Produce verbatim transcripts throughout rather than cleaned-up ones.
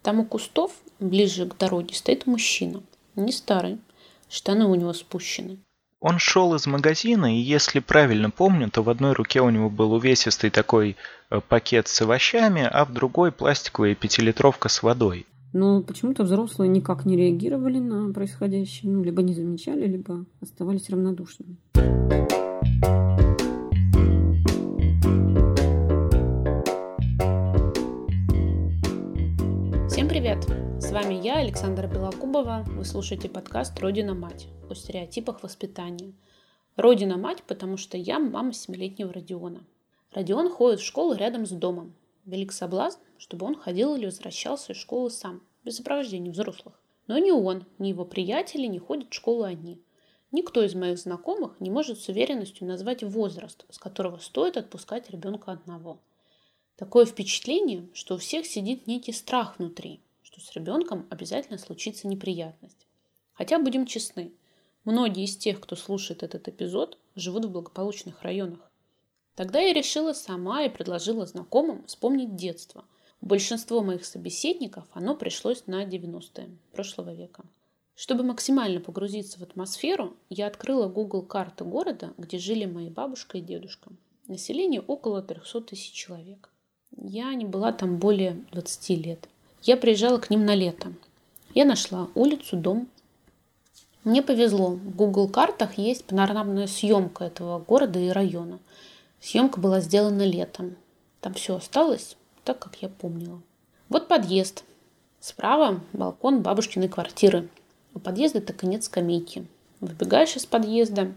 Там у кустов, ближе к дороге, стоит мужчина. Не старый, штаны у него спущены. Он шел из магазина, и если правильно помню, то в одной руке у него был увесистый такой э, пакет с овощами, а в другой пластиковая пятилитровка с водой. Но почему-то взрослые никак не реагировали на происходящее, ну, либо не замечали, либо оставались равнодушными. Всем привет! С вами я, Александра Белокубова. Вы слушаете подкаст «Родина-мать» о стереотипах воспитания. Родина-мать, потому что я мама семилетнего Родиона. Родион ходит в школу рядом с домом. Велик соблазн, чтобы он ходил или возвращался из школы сам, без сопровождения взрослых. Но ни он, ни его приятели не ходят в школу одни. Никто из моих знакомых не может с уверенностью назвать возраст, с которого стоит отпускать ребенка одного. Такое впечатление, что у всех сидит некий страх внутри, что с ребенком обязательно случится неприятность. Хотя, будем честны, многие из тех, кто слушает этот эпизод, живут в благополучных районах. Тогда я решила сама и предложила знакомым вспомнить детство. У большинства моих собеседников оно пришлось на девяностые прошлого века. Чтобы максимально погрузиться в атмосферу, я открыла Google карты города, где жили мои бабушка и дедушка. Население около триста тысяч человек. Я не была там более двадцати лет. Я приезжала к ним на лето. Я нашла улицу, дом. Мне повезло. В Google картах есть панорамная съемка этого города и района. Съемка была сделана летом. Там все осталось так, как я помнила. Вот подъезд. Справа балкон бабушкиной квартиры. У подъезда так и нет скамейки. Выбегаешь из подъезда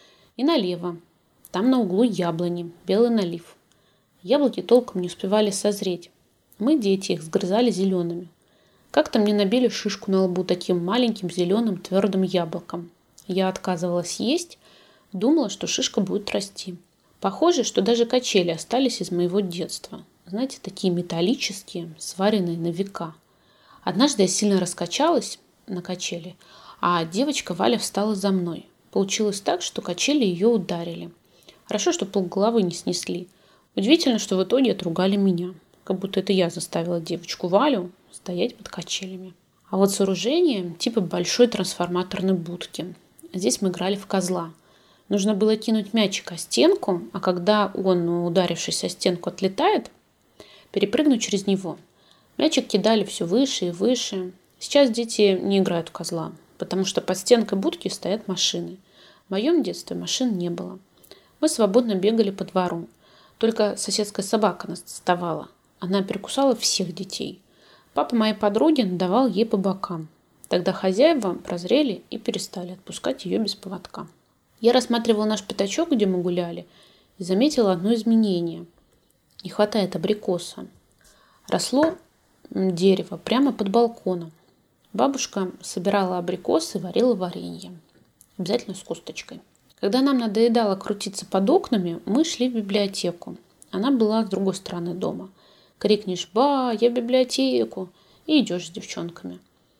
и налево. Там на углу яблони, белый налив. Яблоки толком не успевали созреть. Мы, дети, их сгрызали зелеными. Как-то мне набили шишку на лбу таким маленьким зеленым твердым яблоком. Я отказывалась есть, думала, что шишка будет расти. Похоже, что даже качели остались из моего детства. Знаете, такие металлические, сваренные на века. Однажды я сильно раскачалась на качели, а девочка Валя встала за мной. Получилось так, что качели ее ударили. Хорошо, что полголовы не снесли. Удивительно, что в итоге отругали меня, как будто это я заставила девочку Валю стоять под качелями. А вот сооружение типа большой трансформаторной будки. Здесь мы играли в козла. Нужно было кинуть мячик о стенку, а когда он, ударившись о стенку, отлетает, перепрыгнуть через него. Мячик кидали все выше и выше. Сейчас дети не играют в козла, потому что под стенкой будки стоят машины. В моем детстве машин не было. Мы свободно бегали по двору. Только соседская собака нас отставала. Она перекусала всех детей. Папа моей подруги надавал ей по бокам. Тогда хозяева прозрели и перестали отпускать ее без поводка. Я рассматривала наш пятачок, где мы гуляли, и заметила одно изменение. Не хватает абрикоса. Росло дерево прямо под балконом. Бабушка собирала абрикосы и варила варенье. Обязательно с косточкой. Когда нам надоедало крутиться под окнами, мы шли в библиотеку. Она была с другой стороны дома. Крикнешь «Ба, я в библиотеку!» и идешь с девчонками.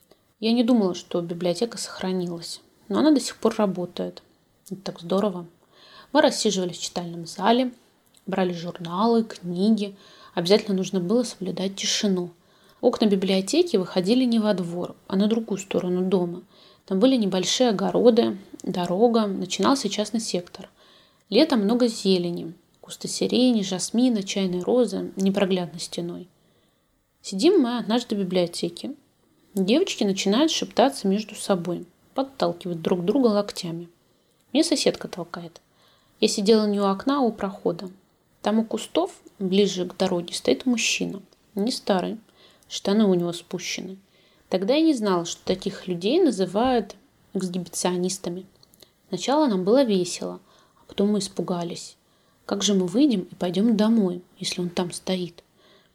Я не думала, что библиотека сохранилась, но она до сих пор работает. Это так здорово. Мы рассиживались в читальном зале, брали журналы, книги. Обязательно нужно было соблюдать тишину. Окна библиотеки выходили не во двор, а на другую сторону дома. Там были небольшие огороды, дорога, начинался частный сектор. Летом много зелени, кусты сирени, жасмина, чайной розы, непроглядной стеной. Сидим мы однажды в библиотеке. Девочки начинают шептаться между собой, подталкивать друг друга локтями. Мне соседка толкает. Я сидела не у окна, а у прохода. Там у кустов, ближе к дороге, стоит мужчина. Не старый, штаны у него спущены. Тогда я не знала, что таких людей называют эксгибиционистами. Сначала нам было весело, а потом мы испугались. Как же мы выйдем и пойдем домой, если он там стоит?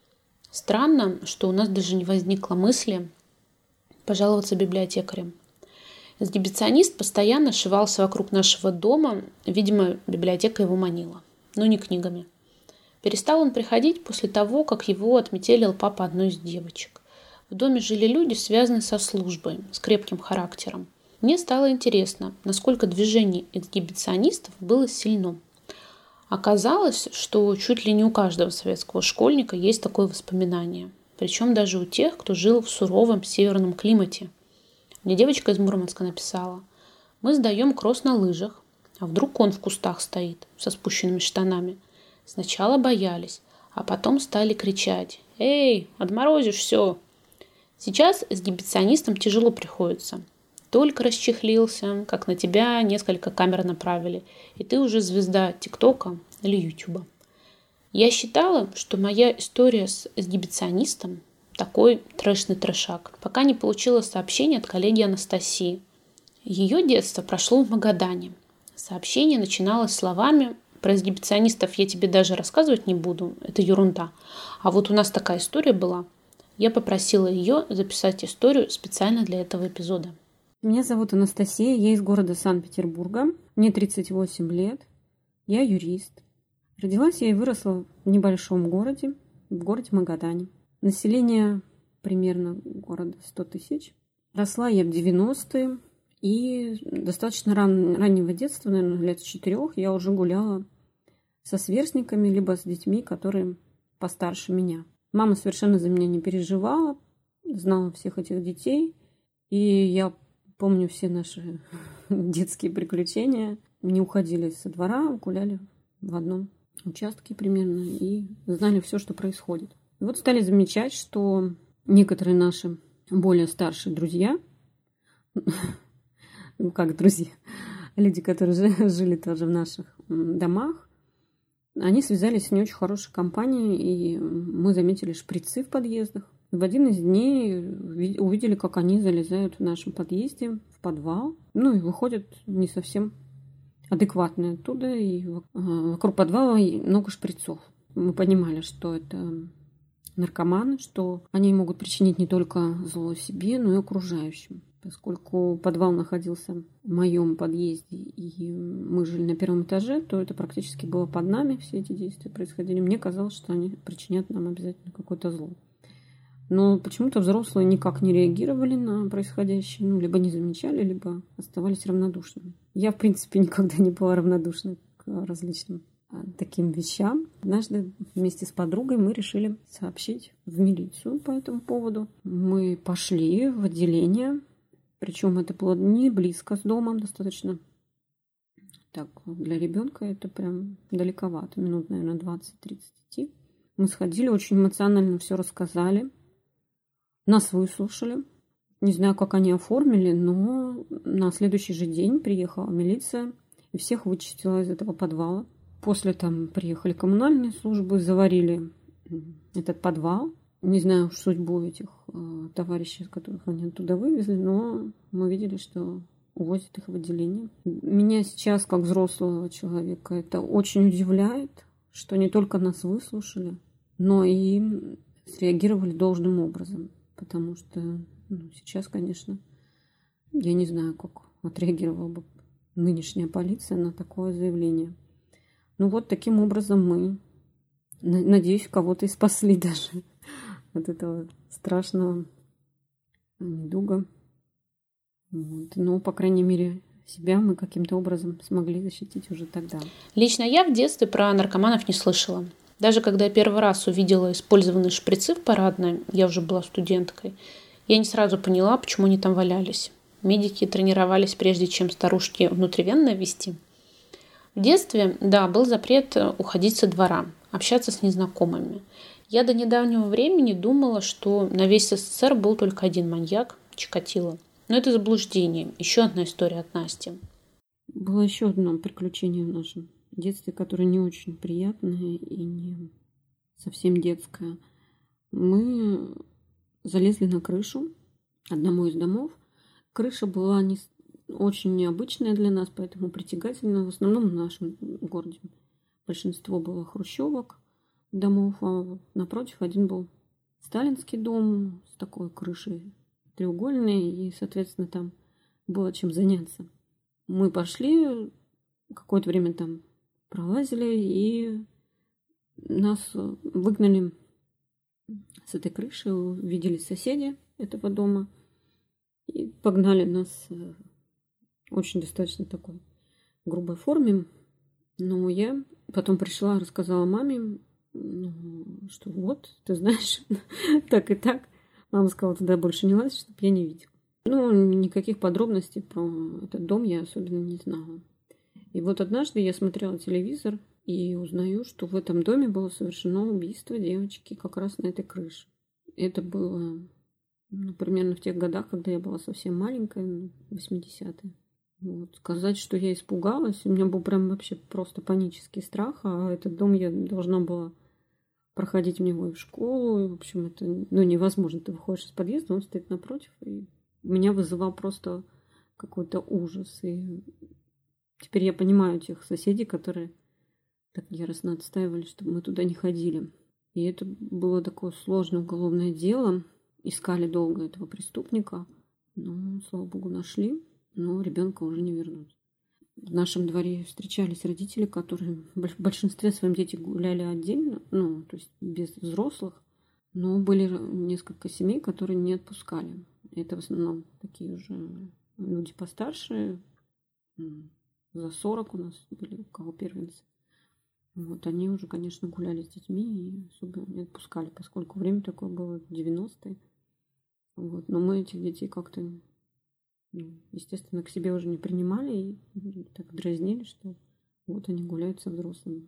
Странно, что у нас даже не возникло мысли пожаловаться библиотекарям. Эксгибиционист постоянно шивался вокруг нашего дома, видимо, библиотека его манила, но не книгами. Перестал он приходить после того, как его отметелил папа одной из девочек. В доме жили люди, связанные со службой, с крепким характером. Мне стало интересно, насколько движение эксгибиционистов было сильно. Оказалось, что чуть ли не у каждого советского школьника есть такое воспоминание. причем даже у тех, кто жил в суровом северном климате. Мне девочка из Мурманска написала: мы сдаем кросс на лыжах, а вдруг он в кустах стоит со спущенными штанами. Сначала боялись, а потом стали кричать: «Эй, отморозишь все!» Сейчас эксгибиционистам тяжело приходится. Только расчехлился, как на тебя несколько камер направили, и ты уже звезда ТикТока или Ютуба. Я считала, что моя история с эксгибиционистом такой трэшный трэшак, пока не получила сообщение от коллеги Анастасии. Ее детство прошло в Магадане. Сообщение начиналось словами: про эксгибиционистов я тебе даже рассказывать не буду, это ерунда. А вот у нас такая история была. Я попросила ее записать историю специально для этого эпизода. Меня зовут Анастасия, я из города Санкт-Петербурга, мне тридцать восемь лет, я юрист. Родилась я и выросла в небольшом городе, в городе Магадане. Население примерно города сто тысяч. Росла я в девяностые, и достаточно ран, раннего детства, наверное, лет с четырех, я уже гуляла со сверстниками, либо с детьми, которые постарше меня. Мама совершенно за меня не переживала, знала всех этих детей, и я помню все наши детские приключения. Не уходили со двора, гуляли в одном участке примерно и знали все, что происходит. И вот стали замечать, что некоторые наши более старшие друзья, ну как друзья, люди, которые жили тоже в наших домах, они связались с не очень хорошей компанией, и мы заметили шприцы в подъездах. В один из дней увидели, как они залезают в нашем подъезде в подвал, ну и выходят не совсем адекватные оттуда, и вокруг подвала много шприцов. Мы понимали, что это наркоманы, что они могут причинить не только зло себе, но и окружающим. Поскольку подвал находился в моем подъезде, и мы жили на первом этаже, то это практически было под нами, все эти действия происходили. Мне казалось, что они причинят нам обязательно какое-то зло. Но почему-то взрослые никак не реагировали на происходящее, ну, либо не замечали, либо оставались равнодушными. Я, в принципе, никогда не была равнодушна к различным таким вещам. Однажды вместе с подругой мы решили сообщить в милицию по этому поводу. Мы пошли в отделение, причем это было не близко с домом, достаточно так для ребенка это прям далековато, минут, наверное, двадцать-тридцать идти. Мы сходили, очень эмоционально все рассказали. Нас выслушали. Не знаю, как они оформили, но на следующий же день приехала милиция и всех вычистила из этого подвала. После там приехали коммунальные службы, заварили этот подвал. Не знаю уж судьбу этих э, товарищей, которых они оттуда вывезли, но мы видели, что увозят их в отделение. Меня сейчас, как взрослого человека, это очень удивляет, что не только нас выслушали, но и среагировали должным образом. Потому что ну, сейчас, конечно, я не знаю, как отреагировала бы нынешняя полиция на такое заявление. Ну вот таким образом мы, надеюсь, кого-то и спасли даже от этого страшного недуга. Вот. Но, по крайней мере, себя мы каким-то образом смогли защитить уже тогда. Лично я в детстве про наркоманов не слышала. Даже когда я первый раз увидела использованные шприцы в парадной, я уже была студенткой, я не сразу поняла, почему они там валялись. Медики тренировались, прежде чем старушки внутривенно ввести. В детстве, да, был запрет уходить со двора, общаться с незнакомыми. Я до недавнего времени думала, что на весь СССР был только один маньяк – Чикатило. Но это заблуждение. Еще одна история от Насти. Было еще одно приключение в нашем детстве, которое не очень приятное и не совсем детское. Мы залезли на крышу одному из домов. Крыша была не очень необычная для нас, поэтому притягательная. В основном в нашем городе большинство было хрущевок домов, а напротив один был сталинский дом с такой крышей треугольной, и, соответственно, там было чем заняться. Мы пошли, какое-то время там пролазили, и нас выгнали с этой крыши, увидели соседи этого дома и погнали нас в очень достаточно такой грубой форме. Но я потом пришла, рассказала маме, ну, что вот, ты знаешь, так и так. Мама сказала, туда больше не лазь, чтобы я не видела. Ну, никаких подробностей про этот дом я особенно не знала. И вот однажды я смотрела телевизор и узнаю, что в этом доме было совершено убийство девочки как раз на этой крыше. Это было, ну, примерно в тех годах, когда я была совсем маленькая, восьмидесятые. Вот. Сказать, что я испугалась, у меня был прям вообще просто панический страх, а этот дом я должна была проходить в него и в школу, и, в общем, это, ну, невозможно. Ты выходишь из подъезда, он стоит напротив, и меня вызывал просто какой-то ужас. И теперь я понимаю тех соседей, которые так яростно отстаивали, чтобы мы туда не ходили. И это было такое сложное уголовное дело. Искали долго этого преступника, но, слава богу, нашли. Но ребенка уже не вернуть. В нашем дворе встречались родители, которые в большинстве своем дети гуляли отдельно, ну, то есть без взрослых, но были несколько семей, которые не отпускали. Это в основном такие уже люди постарше, за сорок у нас были, у кого первенцы. Вот, они уже, конечно, гуляли с детьми и особо не отпускали, поскольку время такое было девяностые. Вот, но мы этих детей как-то, естественно, к себе уже не принимали и так дразнили, что вот они гуляют со взрослыми.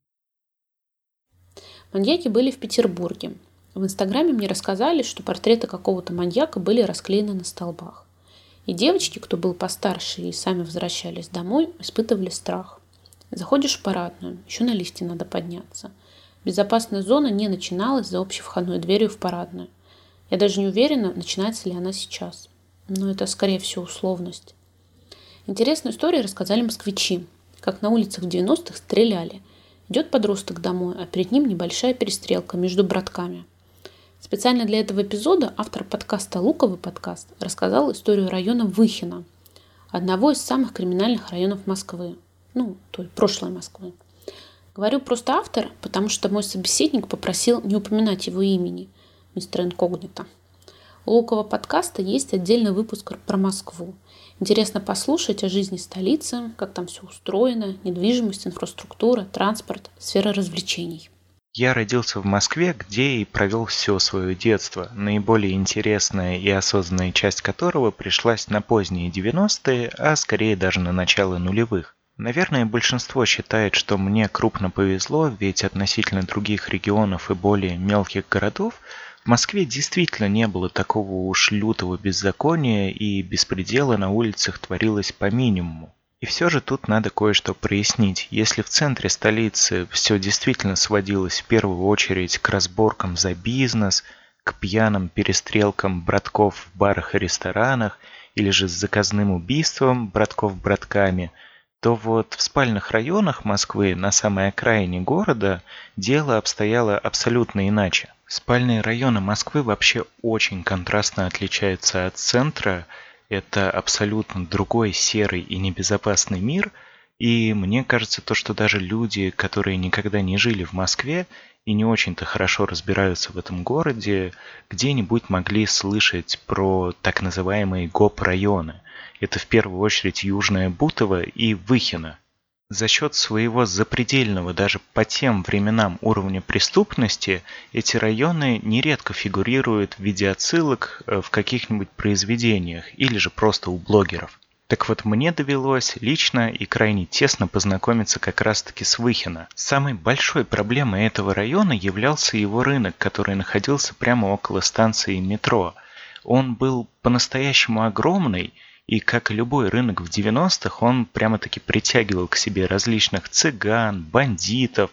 Маньяки были в Петербурге. В Инстаграме мне рассказали, что портреты какого-то маньяка были расклеены на столбах. И девочки, кто был постарше и сами возвращались домой, испытывали страх. Заходишь в парадную, еще на лифте надо подняться. Безопасная зона не начиналась за общей входной дверью в парадную. Я даже не уверена, начинается ли она сейчас. Но это, скорее всего, условность. Интересную историю рассказали москвичи, как на улицах в девяностых стреляли. Идет подросток домой, а перед ним небольшая перестрелка между братками. Специально для этого эпизода автор подкаста «Луковый подкаст» рассказал историю района Выхино, одного из самых криминальных районов Москвы, ну, той прошлой Москвы. Говорю просто автор, потому что мой собеседник попросил не упоминать его имени, мистер Инкогнито. У Лукового подкаста есть отдельный выпуск про Москву. Интересно послушать о жизни столицы, как там все устроено, недвижимость, инфраструктура, транспорт, сфера развлечений. Я родился в Москве, где и провел все свое детство, наиболее интересная и осознанная часть которого пришлась на поздние девяностые, а скорее даже на начало нулевых. Наверное, большинство считает, что мне крупно повезло, ведь относительно других регионов и более мелких городов в Москве действительно не было такого уж лютого беззакония, и беспредела на улицах творилось по минимуму. И все же тут надо кое-что прояснить. Если в центре столицы все действительно сводилось в первую очередь к разборкам за бизнес, к пьяным перестрелкам братков в барах и ресторанах, или же с заказным убийством братков братками, то вот в спальных районах Москвы на самой окраине города дело обстояло абсолютно иначе. Спальные районы Москвы вообще очень контрастно отличаются от центра. Это абсолютно другой серый и небезопасный мир. И мне кажется, то, что даже люди, которые никогда не жили в Москве и не очень-то хорошо разбираются в этом городе, где-нибудь могли слышать про так называемые ГОП-районы. Это в первую очередь Южное Бутово и Выхино. За счет своего запредельного даже по тем временам уровня преступности эти районы нередко фигурируют в виде отсылок в каких-нибудь произведениях или же просто у блогеров. Так вот, мне довелось лично и крайне тесно познакомиться как раз-таки с Выхино. Самой большой проблемой этого района являлся его рынок, который находился прямо около станции метро. Он был по-настоящему огромный, и, как и любой рынок в девяностых, он прямо-таки притягивал к себе различных цыган, бандитов,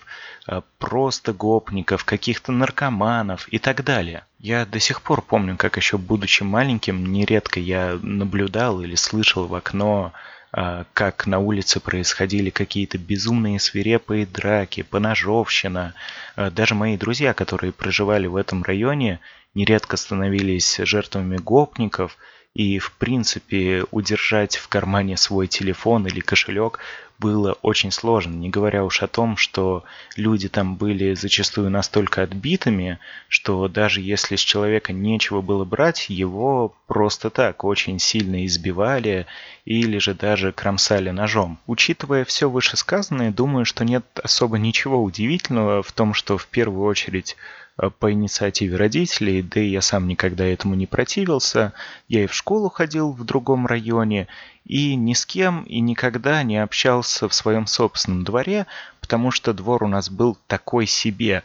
просто гопников, каких-то наркоманов и так далее. Я до сих пор помню, как еще будучи маленьким, нередко я наблюдал или слышал в окно, как на улице происходили какие-то безумные свирепые драки, поножовщина. Даже мои друзья, которые проживали в этом районе, нередко становились жертвами гопников. И, в принципе, удержать в кармане свой телефон или кошелек было очень сложно, не говоря уж о том, что люди там были зачастую настолько отбитыми, что даже если с человека нечего было брать, его просто так очень сильно избивали или же даже кромсали ножом. Учитывая все вышесказанное, думаю, что нет особо ничего удивительного в том, что в первую очередь по инициативе родителей, да и я сам никогда этому не противился. Я и в школу ходил в другом районе, и ни с кем и никогда не общался в своем собственном дворе, потому что двор у нас был такой себе.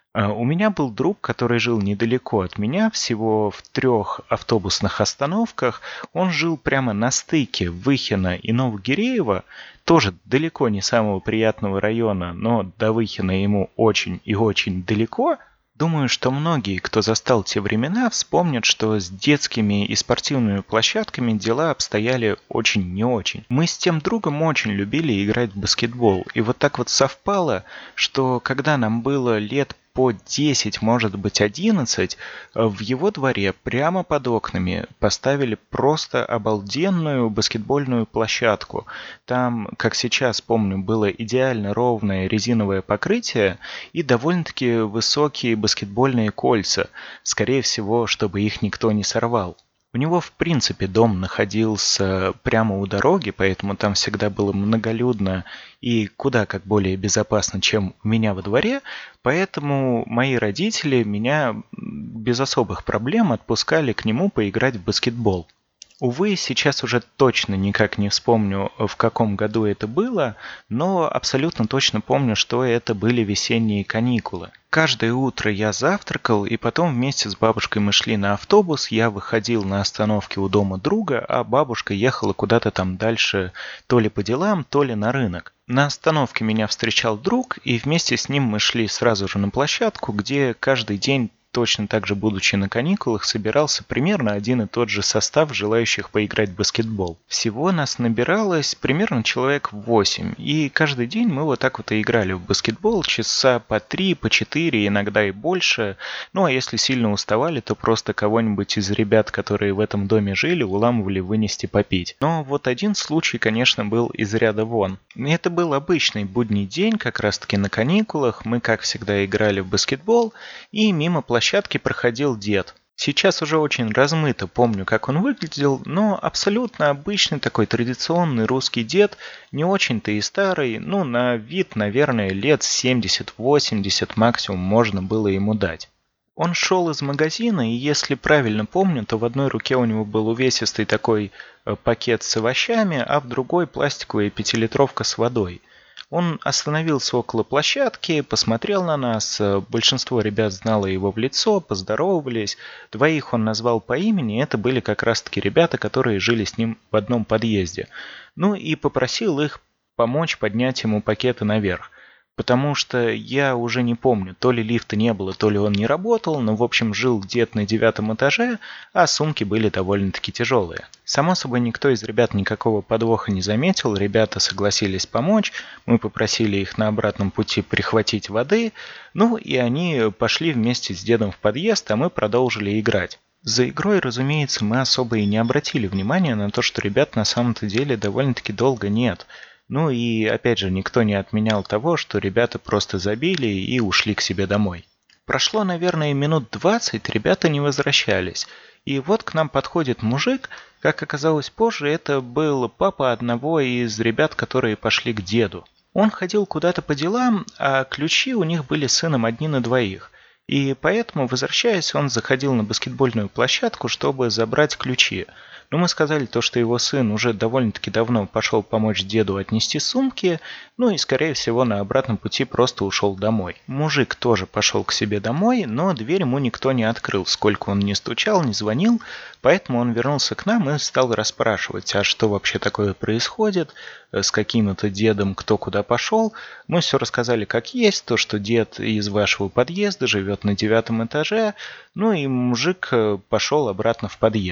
У меня был друг, который жил недалеко от меня, всего в трех автобусных остановках. Он жил прямо на стыке Выхина и Новогиреева, тоже далеко не самого приятного района, но до Выхина ему очень и очень далеко. Думаю, что многие, кто застал те времена, вспомнят, что с детскими и спортивными площадками дела обстояли очень не очень. Мы с тем другом очень любили играть в баскетбол, и вот так вот совпало, что когда нам было лет по десять, может быть одиннадцать, в его дворе прямо под окнами поставили просто обалденную баскетбольную площадку. Там, как сейчас помню, было идеально ровное резиновое покрытие и довольно-таки высокие баскетбольные кольца, скорее всего, чтобы их никто не сорвал. У него, в принципе, дом находился прямо у дороги, поэтому там всегда было многолюдно и куда как более безопасно, чем у меня во дворе, поэтому мои родители меня без особых проблем отпускали к нему поиграть в баскетбол. Увы, сейчас уже точно никак не вспомню, в каком году это было, но абсолютно точно помню, что это были весенние каникулы. Каждое утро я завтракал, и потом вместе с бабушкой мы шли на автобус, я выходил на остановке у дома друга, а бабушка ехала куда-то там дальше, то ли по делам, то ли на рынок. На остановке меня встречал друг, и вместе с ним мы шли сразу же на площадку, где каждый день, точно так же будучи на каникулах, собирался примерно один и тот же состав желающих поиграть в баскетбол. Всего нас набиралось примерно человек восемь, и каждый день мы вот так вот и играли в баскетбол часа по три, по четыре, иногда и больше. Ну а если сильно уставали, то просто кого-нибудь из ребят, которые в этом доме жили, уламывали вынести попить. Но вот один случай, конечно, был из ряда вон. Это был обычный будний день, как раз таки на каникулах, мы как всегда играли в баскетбол, и мимо площадки площадке проходил дед. Сейчас уже очень размыто помню, как он выглядел, но абсолютно обычный такой традиционный русский дед, не очень-то и старый, ну на вид, наверное, лет семьдесят-восемьдесят максимум можно было ему дать. Он шел из магазина, и если правильно помню, то в одной руке у него был увесистый такой пакет с овощами, а в другой пластиковая пятилитровка с водой. Он остановился около площадки, посмотрел на нас, большинство ребят знало его в лицо, поздоровались, двоих он назвал по имени, это были как раз-таки ребята, которые жили с ним в одном подъезде. Ну и попросил их помочь поднять ему пакеты наверх. Потому что я уже не помню, то ли лифта не было, то ли он не работал, но в общем жил где-то на девятом этаже, а сумки были довольно-таки тяжелые. Само собой, никто из ребят никакого подвоха не заметил, ребята согласились помочь, мы попросили их на обратном пути прихватить воды, ну и они пошли вместе с дедом в подъезд, а мы продолжили играть. За игрой, разумеется, мы особо и не обратили внимания на то, что ребят на самом-то деле довольно-таки долго нет. Ну и, опять же, никто не отменял того, что ребята просто забили и ушли к себе домой. Прошло, наверное, минут двадцать, ребята не возвращались. И вот к нам подходит мужик, как оказалось позже, это был папа одного из ребят, которые пошли к деду. Он ходил куда-то по делам, а ключи у них были с сыном одни на двоих. И поэтому, возвращаясь, он заходил на баскетбольную площадку, чтобы забрать ключи. Но мы сказали то, что его сын уже довольно-таки давно пошел помочь деду отнести сумки, ну и, скорее всего, на обратном пути просто ушел домой. Мужик тоже пошел к себе домой, но дверь ему никто не открыл, сколько он не стучал, не звонил, поэтому он вернулся к нам и стал расспрашивать, а что вообще такое происходит, с каким-то дедом кто куда пошел. Мы все рассказали как есть, то, что дед из вашего подъезда живет на девятом этаже, ну и мужик пошел обратно в подъезд.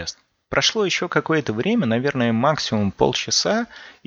Прошло еще какое-то время, наверное, максимум полчаса,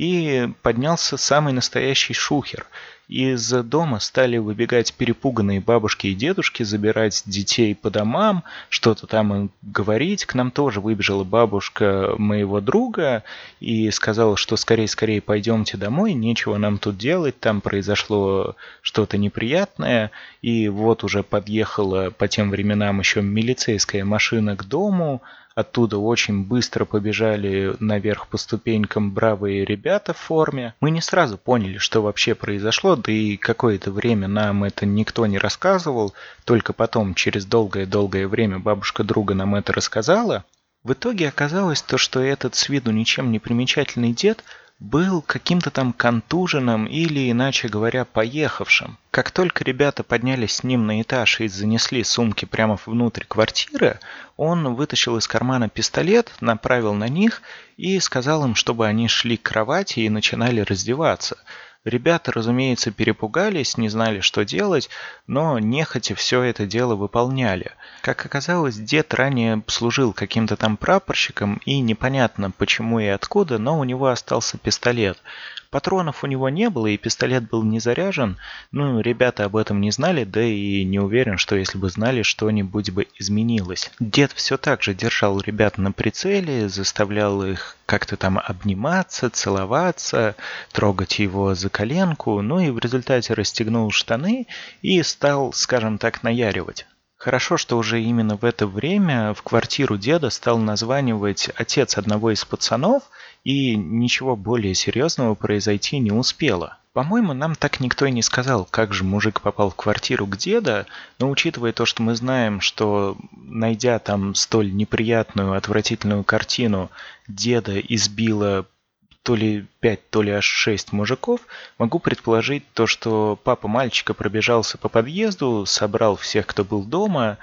и поднялся самый настоящий шухер. Из дома стали выбегать перепуганные бабушки и дедушки, забирать детей по домам, что-то там им говорить. К нам тоже выбежала бабушка моего друга и сказала, что скорее-скорее пойдемте домой, нечего нам тут делать, там произошло что-то неприятное. И вот уже подъехала по тем временам еще милицейская машина к дому. Оттуда очень быстро побежали наверх по ступенькам бравые ребята в форме. Мы не сразу поняли, что вообще произошло, да и какое-то время нам это никто не рассказывал. Только потом, через долгое-долгое время, бабушка друга нам это рассказала. В итоге оказалось то, что этот с виду ничем не примечательный дед был каким-то там контуженным или, иначе говоря, поехавшим. Как только ребята поднялись с ним на этаж и занесли сумки прямо внутрь квартиры, он вытащил из кармана пистолет, направил на них и сказал им, чтобы они шли к кровати и начинали раздеваться. Ребята, разумеется, перепугались, не знали, что делать, но нехотя все это дело выполняли. Как оказалось, дед ранее служил каким-то там прапорщиком, и непонятно почему и откуда, но у него остался пистолет. Патронов у него не было, и пистолет был не заряжен. Ну, ребята об этом не знали, да и не уверен, что если бы знали, что-нибудь бы изменилось. Дед все так же держал ребят на прицеле, заставлял их как-то там обниматься, целоваться, трогать его за коленку, ну и в результате расстегнул штаны и стал, скажем так, наяривать. Хорошо, что уже именно в это время в квартиру деда стал названивать отец одного из пацанов, и ничего более серьезного произойти не успело. По-моему, нам так никто и не сказал, как же мужик попал в квартиру к деду, но учитывая то, что мы знаем, что, найдя там столь неприятную, отвратительную картину, деда избило то ли пять, то ли аж шесть мужиков, могу предположить то, что папа мальчика пробежался по подъезду, собрал всех, кто был дома,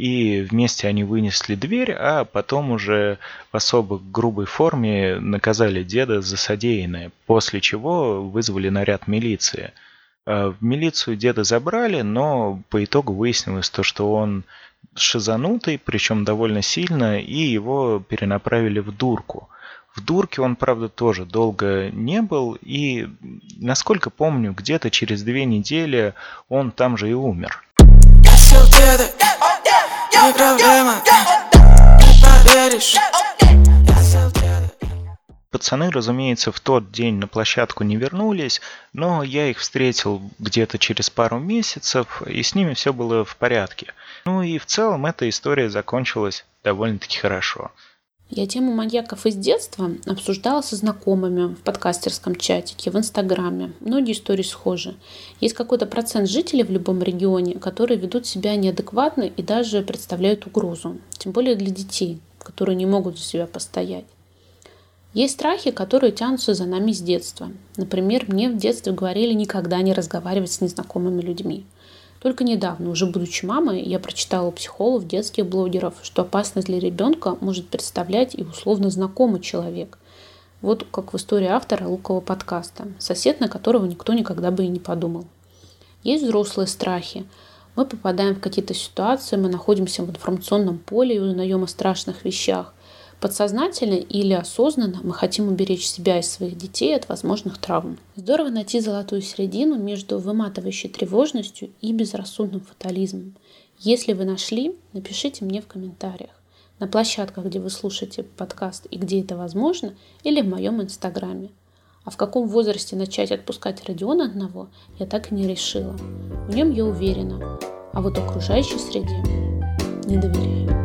и вместе они вынесли дверь, а потом уже в особо грубой форме наказали деда за содеянное, после чего вызвали наряд милиции. В милицию деда забрали, но по итогу выяснилось то, что он шизанутый, причем довольно сильно, и его перенаправили в дурку. В дурке он, правда, тоже долго не был, и, насколько помню, где-то через две недели он там же и умер. Пацаны, разумеется, в тот день на площадку не вернулись, но я их встретил где-то через пару месяцев, и с ними все было в порядке. Ну и в целом эта история закончилась довольно-таки хорошо. Я тему маньяков из детства обсуждала со знакомыми в подкастерском чатике, в Инстаграме. Многие истории схожи. Есть какой-то процент жителей в любом регионе, которые ведут себя неадекватно и даже представляют угрозу. Тем более для детей, которые не могут за себя постоять. Есть страхи, которые тянутся за нами с детства. Например, мне в детстве говорили никогда не разговаривать с незнакомыми людьми. Только недавно, уже будучи мамой, я прочитала у психологов, детских блогеров, что опасность для ребенка может представлять и условно знакомый человек. Вот как в истории автора лукового подкаста, сосед, на которого никто никогда бы и не подумал. Есть взрослые страхи. Мы попадаем в какие-то ситуации, мы находимся в информационном поле и узнаем о страшных вещах. Подсознательно или осознанно мы хотим уберечь себя и своих детей от возможных травм. Здорово найти золотую середину между выматывающей тревожностью и безрассудным фатализмом. Если вы нашли, напишите мне в комментариях. На площадках, где вы слушаете подкаст и где это возможно, или в моем инстаграме. А в каком возрасте начать отпускать Родиона одного, я так и не решила. В нем я уверена, а вот окружающей среде не доверяю.